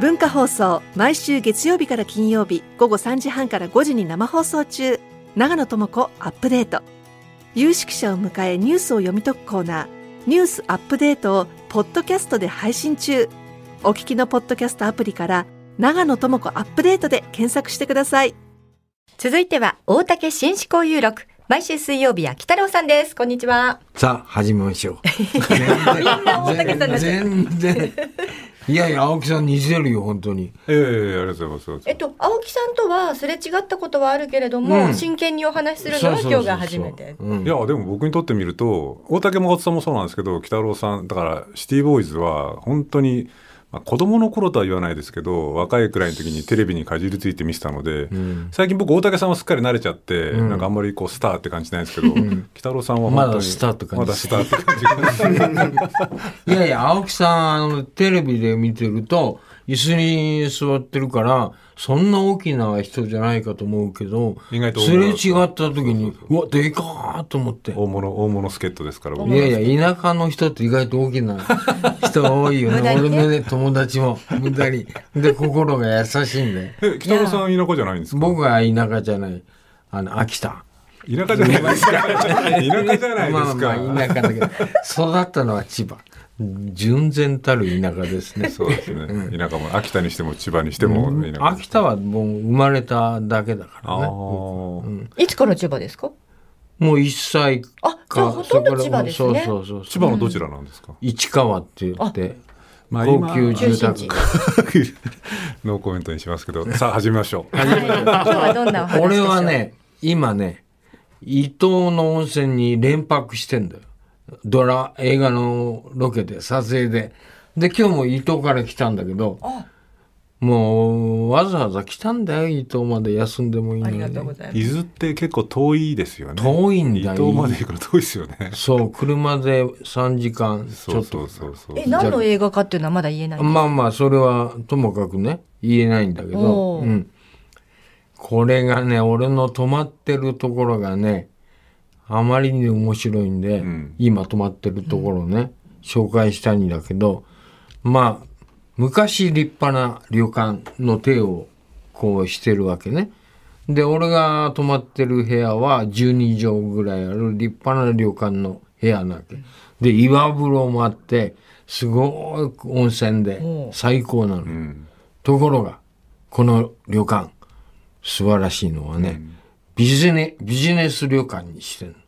文化放送、毎週月曜日から金曜日午後3時半から5時に生放送中。長野智子アップデート。有識者を迎えニュースを読み解くコーナー、ニュースアップデートをポッドキャストで配信中。お聞きのポッドキャストアプリから長野智子アップデートで検索してください。 続いては大竹紳士交有録。毎週水曜日は北郎さんです。こんにちは。 さあ始めましょう。 みんな大竹さんになっちゃう。 全然いやいや、青木さん似てるよ本当に。 ありがとうございます。 青木さんとはすれ違ったことはあるけれども、真剣にお話しするのは今日が初めて。 いやでも僕にとってみると、大竹誠さんもそうなんですけど、北郎さんだからシティボーイズは本当に、子供の頃とは言わないですけど、若いくらいの時にテレビにかじりついて見てたので、最近僕大竹さんはすっかり慣れちゃって、なんかあんまりこうスターって感じないんですけど、北郎さんは本当にまだスターって感じ。 まだスターって感じ。 いやいや、青木さんテレビで見てると椅子に座ってるからそんな大きな人じゃないかと思うけど、 意外とすれ違った時にうわでかーと思って。 大物助っ人ですから僕は。 いやいや、田舎の人って意外と大きな人多いよね。俺のね友達も無駄にで心が優しいんで。 北郎さん田舎じゃないんですか？ 僕は田舎じゃない、秋田。 田舎じゃないですか。田舎じゃないですか。 まあ田舎だけど育ったのは千葉。純然たる田舎ですね。 そうですね。田舎も秋田にしても千葉にしても田舎。 秋田はもう生まれただけだからね。いつから千葉ですか？ もう1歳か。 じゃあほとんど千葉ですね。 そう千葉のどちらなんですか？ 市川って言って、高級住宅。 ノーコメントにしますけど、さあ始めましょう。 今日はどんなお話でしょう？ 俺はね、今ね、伊東の温泉に連泊してんだよ。映画のロケで撮影で今日も伊東から来たんだけど、もうわざわざ来たんだよ、伊東まで休んでもいいのに。 ありがとうございます。 伊豆って結構遠いですよね。 遠いんだよ。 伊東まで行くの遠いですよね。 そう、車で3時間ちょっと。 そう何の映画かっていうのはまだ言えないんですか？ まあそれはともかくね言えないんだけど、これがね、俺の泊まってるところがねあまりに面白いんで、今泊まってるところね、紹介したいんだけど、まあ昔立派な旅館の手をこうしてるわけね。で俺が泊まってる部屋は12畳ぐらいある立派な旅館の部屋なわけで、岩風呂もあってすごい温泉で最高なの、ところがこの旅館素晴らしいのはね、ビジネス旅館にしてるの。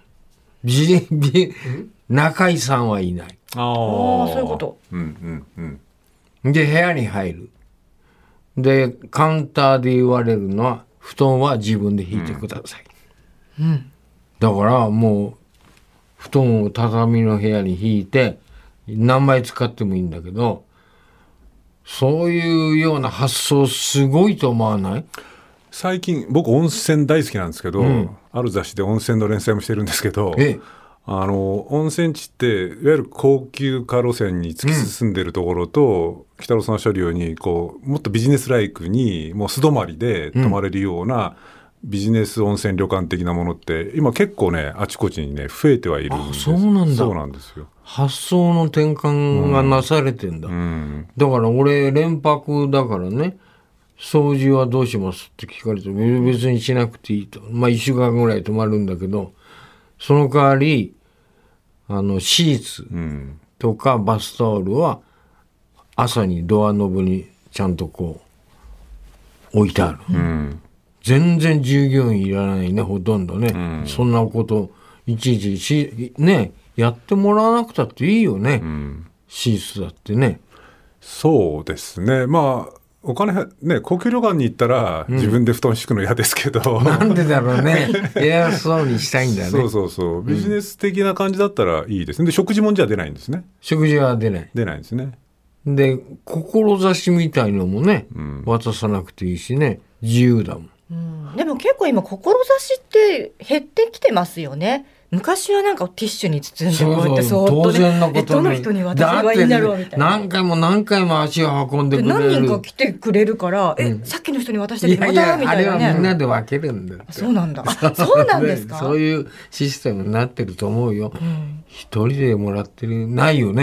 中井さんはいない。 そういうこと。 で部屋に入る。でカウンターで言われるのは布団は自分で引いてください。だからもう布団を畳の部屋に引いて何枚使ってもいいんだけど、そういうような発想すごいと思わない？ 最近僕温泉大好きなんですけど、ある雑誌で温泉の連載もしてるんですけど、温泉地っていわゆる高級化路線に突き進んでるところと、北郎さんおっしゃるようにこうもっとビジネスライクにもう素泊まりで泊まれるようなビジネス温泉旅館的なものって今結構ねあちこちにね増えてはいるんです。 そうなんだ。 そうなんですよ。 発想の転換がなされてんだ、だから俺連泊だからね、掃除はどうしますって聞かれて別にしなくていいと。1週間ぐらい泊まるんだけど、その代わりシーツとかバスタオルは朝にドアノブにちゃんとこう置いてある、全然従業員いらないね、ほとんどね、そんなこといちいちねやってもらわなくたっていいよね、シーツだってね。 そうですね。お金ね、高級旅館に行ったら自分で布団敷くの嫌ですけど、 なんでだろうね、偉そうにしたいんだね。 そうビジネス的な感じだったらいいですね。で食事もんじゃ出ないんですね。 食事は出ないんですね。 で志みたいのもね、渡さなくていいしね、自由だもん、 でも結構今志って減ってきてますよね。昔はなんかティッシュに包んでこうやってそーっとね、 当然のことどの人に渡せばいいんだろうみたいな。 何回も足を運んでくれる。 何人か来てくれるから、さっきの人に渡してくれたみたいなね。 あれはみんなで分けるんだよ。 そうなんだ。そうなんですか。 そういうシステムになってると思うよ。一人でもらってるないよね。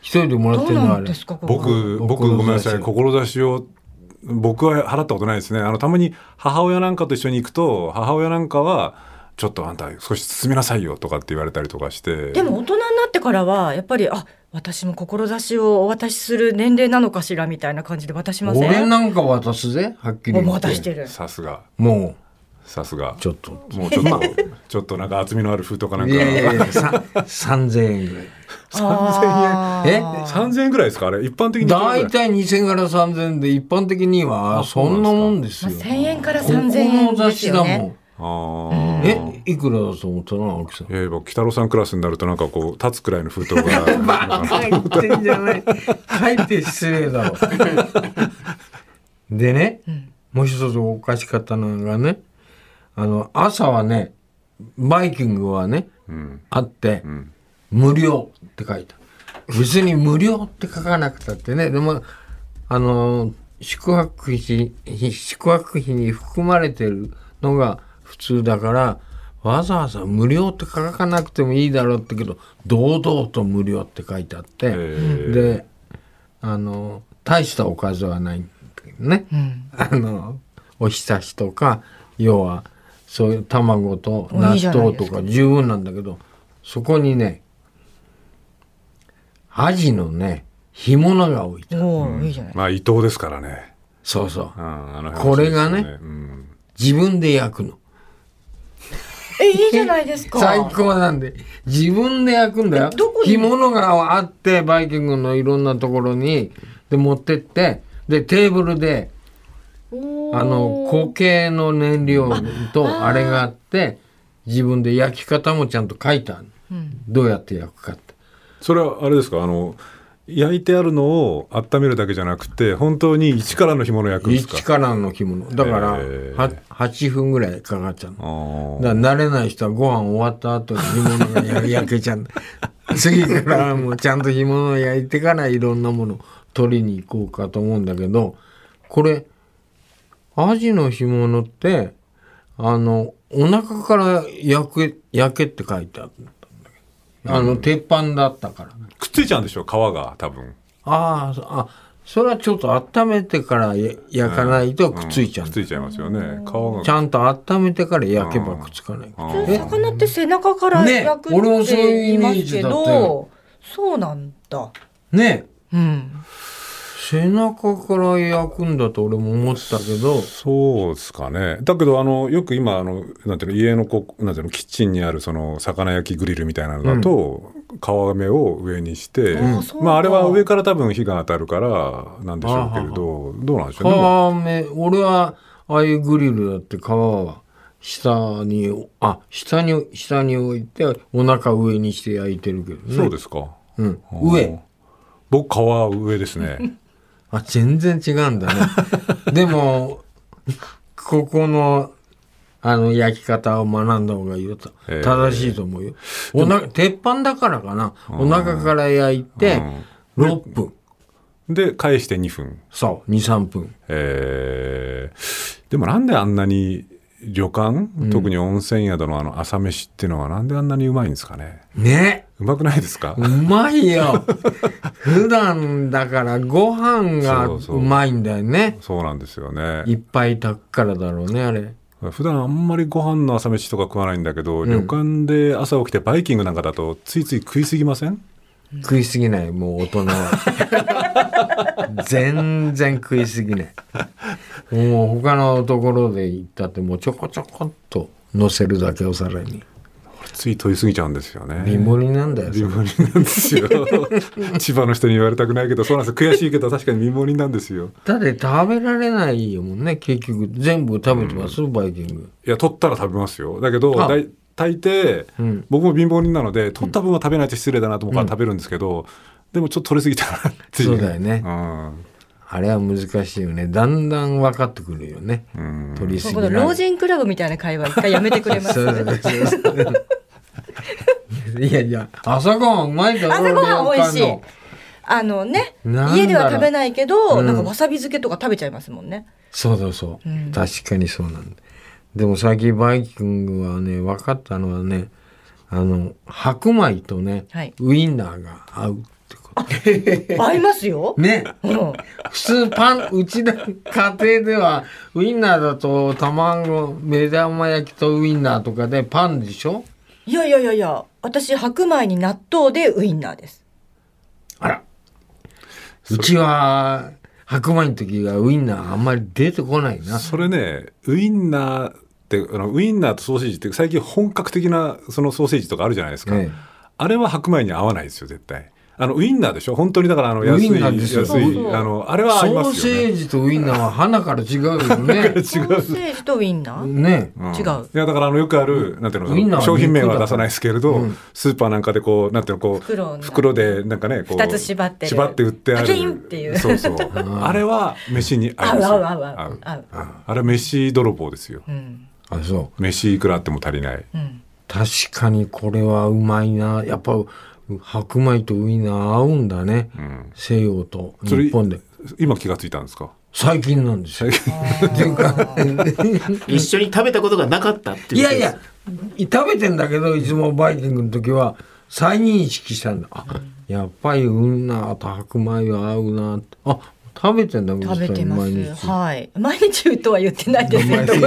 一人でもらってるのあれ。 僕ごめんなさい、志を僕は払ったことないですね。たまに母親なんかと一緒に行くと、母親なんかはちょっとあんた少し進みなさいよとかって言われたりとかして。 でも大人になってからはやっぱり私も志をお渡しする年齢なのかしらみたいな感じで渡しません？ 俺なんか渡すぜ、はっきり言って。 渡してる。 さすが。 もうさすが。 ちょっとちょっとなんか厚みのある封筒かなんか。 いや3000円ぐらい。 3000円。3000円ぐらいですかあれ。一般的に。 だいたい2000円から3000円で、一般的にはそんなもんですよ。 1000円から3000円ですよね。 いくらだと思ったの青木さん。 北郎さんクラスになるとなんかこう立つくらいの封筒がバカ言ってんじゃない。書いて失礼だろ。でね、もう一つおかしかったのがね、朝はねバイキングはね、あって、無料って書いた。別に無料って書かなくたってね、でも宿泊費に含まれてるのが普通だから、わざわざ無料って書かなくてもいいだろうってけど、堂々と無料って書いてあって、で大したおかずはないんだけどね、おひたしとか要はそういう卵と納豆とか十分なんだけど、そこにねアジのね干物が置いてある。 いいじゃない。 まあ伊東ですからね。 そうそう、これがね、自分で焼くの。 いいじゃないですか。 最高なんで自分で焼くんだよ。干物があってバイキングのいろんなところにで持ってって、でテーブルで固形の燃料とあれがあって、自分で焼き方もちゃんと書いてある、どうやって焼くかって。 それはあれですか、焼いてあるのを温めるだけじゃなくて本当に一からの干物焼くんですか？ 一からの干物だから8分ぐらいかかっちゃうの。だから慣れない人はご飯終わった後に干物が焼けちゃう次からもうちゃんと干物を焼いてからいろんなもの取りに行こうかと思うんだけど、これアジの干物ってお腹から焼けって書いてあったんだけど、鉄板だったからくっついちゃうんでしょ、皮が多分。 それはちょっと温めてから焼かないとくっついちゃう、 くっついちゃいますよね、皮が。 ちゃんと温めてから焼けばくっつかない。 魚って背中から焼くって言いますけど、そうなんだね。背中から焼くんだと俺も思ったけど。 そうですかね。だけどよく今なんていうの、家のなんていうのキッチンにあるその魚焼きグリルみたいなのだと、皮目を上にして、あれは上から多分火が当たるからなんでしょうけれど、どうなんでしょうね。 皮目、俺はああいうグリルだって皮は下に置いてお腹上にして焼いてるけどね。 そうですか。 上。 僕皮は上ですね。 全然違うんだね。でもここの焼き方を学んだ方がいいよと、正しいと思うよ。鉄板だからかな。お腹から焼いて6分で返して2分。 そう 2,3 分。 でもなんであんなに旅館、特に温泉宿の朝飯っていうのはなんであんなにうまいんですかね。 ね、 うまくないですか？ うまいよ。普段だからご飯がうまいんだよね。 そうなんですよね。 いっぱい炊くからだろうね、あれ。 普段あんまりご飯の朝飯とか食わないんだけど、旅館で朝起きてバイキングなんかだとついつい食いすぎません？ 食いすぎない、もう大人は。全然食いすぎない。もう他のところで行ったってもうちょこちょこっと乗せるだけお皿に。 つい取りすぎちゃうんですよね。 貧乏人なんだよ。 貧乏人なんですよ。千葉の人に言われたくないけど、そうなんですよ。悔しいけど確かに貧乏人なんですよ。 だって食べられないよもんね、結局。全部食べてます、バイキング。 いや、取ったら食べますよ。だけど大抵、僕も貧乏人なので取った分は食べないと失礼だなと思うから食べるんですけど、でもちょっと取りすぎたなっていう。 そうだよね。あれは難しいよね。だんだん分かってくるよね。取りすぎない。 老人クラブみたいな会話一回やめてくれます？ いやいや、朝ごはんうまいだろ。 朝ごはん美味しい。家では食べないけど、なんかわさび漬けとか食べちゃいますもんね。 そうそうそう、確かにそうなんだ。でも最近バイキングはね、分かったのはね、白米とね、ウインナーが合うってこ合いますよ。 ね、 うん、 普通うちの家庭ではウインナーだと卵、目玉焼きとウインナーとかでパンでしょ。 いやいやいやいや、私白米に納豆でウインナーです。 あら、うちは白米の時はウインナーあんまり出てこないな。 それね、ウインナーってウインナーとソーセージって最近本格的なそのソーセージとかあるじゃないですか、あれは白米に合わないですよ絶対。ウインナーでしょ本当に。だから安いあれは合いますよね。 ソーセージとウインナーは鼻から違うよね。 ソーセージとウインナーね、 違う。 いやだからよくあるなんていうの、商品名は出さないですけれど、スーパーなんかでこうなんていうの袋でなんかねこう 2つ縛って売ってある。 パキンっていう。 そうそう。あれは飯に合う。合う。あれは飯泥棒ですよ。 あ、そう。 飯いくらあっても足りない。 確かにこれはうまいな。やっぱ白米とウインナー合うんだね、西洋と日本で。 今気がついたんですか？ 最近なんですよ。 一緒に食べたことがなかったっていう。 いやいや食べてんだけど、いつもバイキングの時は再認識したんだ。あ、やっぱりウインナーと白米は合うなって。あ、食べてんだ。 食べてます。はい。毎日とは言ってないですけど。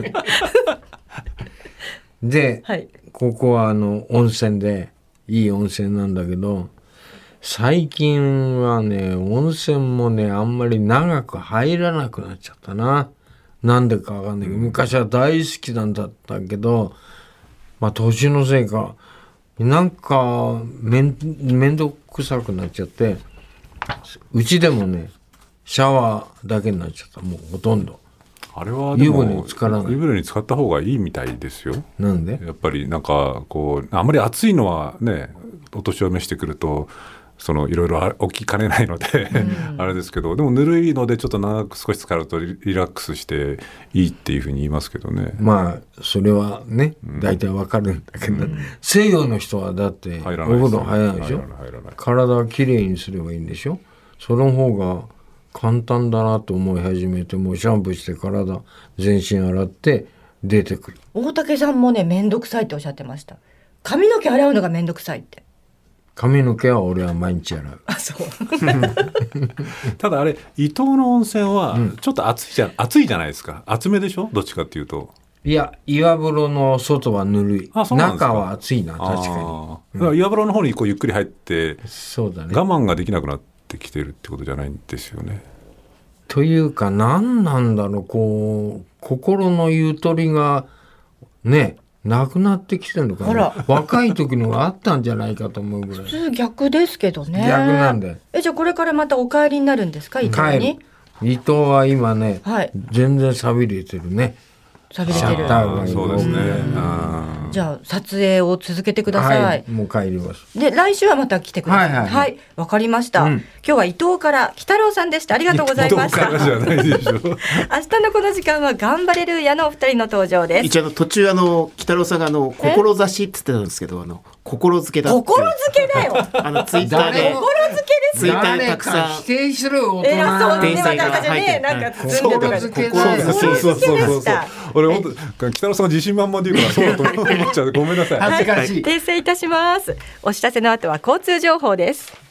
で、はい、ここは温泉で。いい温泉なんだけど、最近はね温泉もねあんまり長く入らなくなっちゃったな。なんでかわかんないけど、昔は大好きなんだったけど、まあ年のせいかなんかめんどくさくなっちゃって、うちでもねシャワーだけになっちゃった。もうほとんど。 あれはでも湯船に浸からない。 湯船に浸かった方がいいみたいですよ。 なんで？ やっぱりなんかこうあんまり暑いのはね、お年を召してくるといろいろ起きかねないのであれですけど、でもぬるいのでちょっと長く少し浸かるとリラックスしていいっていうふうに言いますけどね。 まあそれはね大体わかるんだけど、西洋の人はだってお風呂入らないでしょ。体をきれいにすればいいんでしょ。その方が簡単だなと思い始めて、もうシャンプーして体全身洗って出てくる。 大竹さんもねめんどくさいっておっしゃってました。髪の毛洗うのがめんどくさいって。 髪の毛は俺は毎日洗う。 あ、そうただあれ伊東の温泉はちょっと暑いじゃないですか。厚めでしょどっちかっていうと。 いや岩風呂の外はぬるい。中は暑いな。確かに、 岩風呂の方にこうゆっくり入って、 そうだね、 我慢ができなくなってきてるってことじゃないんですよね。 というか何なんだろう、こう心のゆとりがねなくなってきてるのかな。若い時のがあったんじゃないかと思うぐらい。 普通逆ですけどね。 逆なんで。 じゃあこれからまたお帰りになるんですか伊東に？ 伊東は今ね、はい、全然寂れてるね。 寂れてる。 そうですね。 じゃあ撮影を続けてください。はい、 もう帰ります。 で来週はまた来てください。はい、わかりました、今日は伊東から北太郎さんでした。ありがとうございました。 伊東からじゃないでしょ。明日のこの時間はガンバレルーヤのお二人の登場です。 一応途中北太郎さんが志って言ってたんですけど心づけだって。 心づけだよ。 ツイッターで。 心づけです。 ツイッターでたくさん。 否定しろよ。 天才が入ってる。 なんか包んでとか。 そう。俺本当北野さんが自信満々で言うからそうだと思っちゃう。ごめんなさい。 恥ずかしい。 訂正いたします。お知らせの後は交通情報です。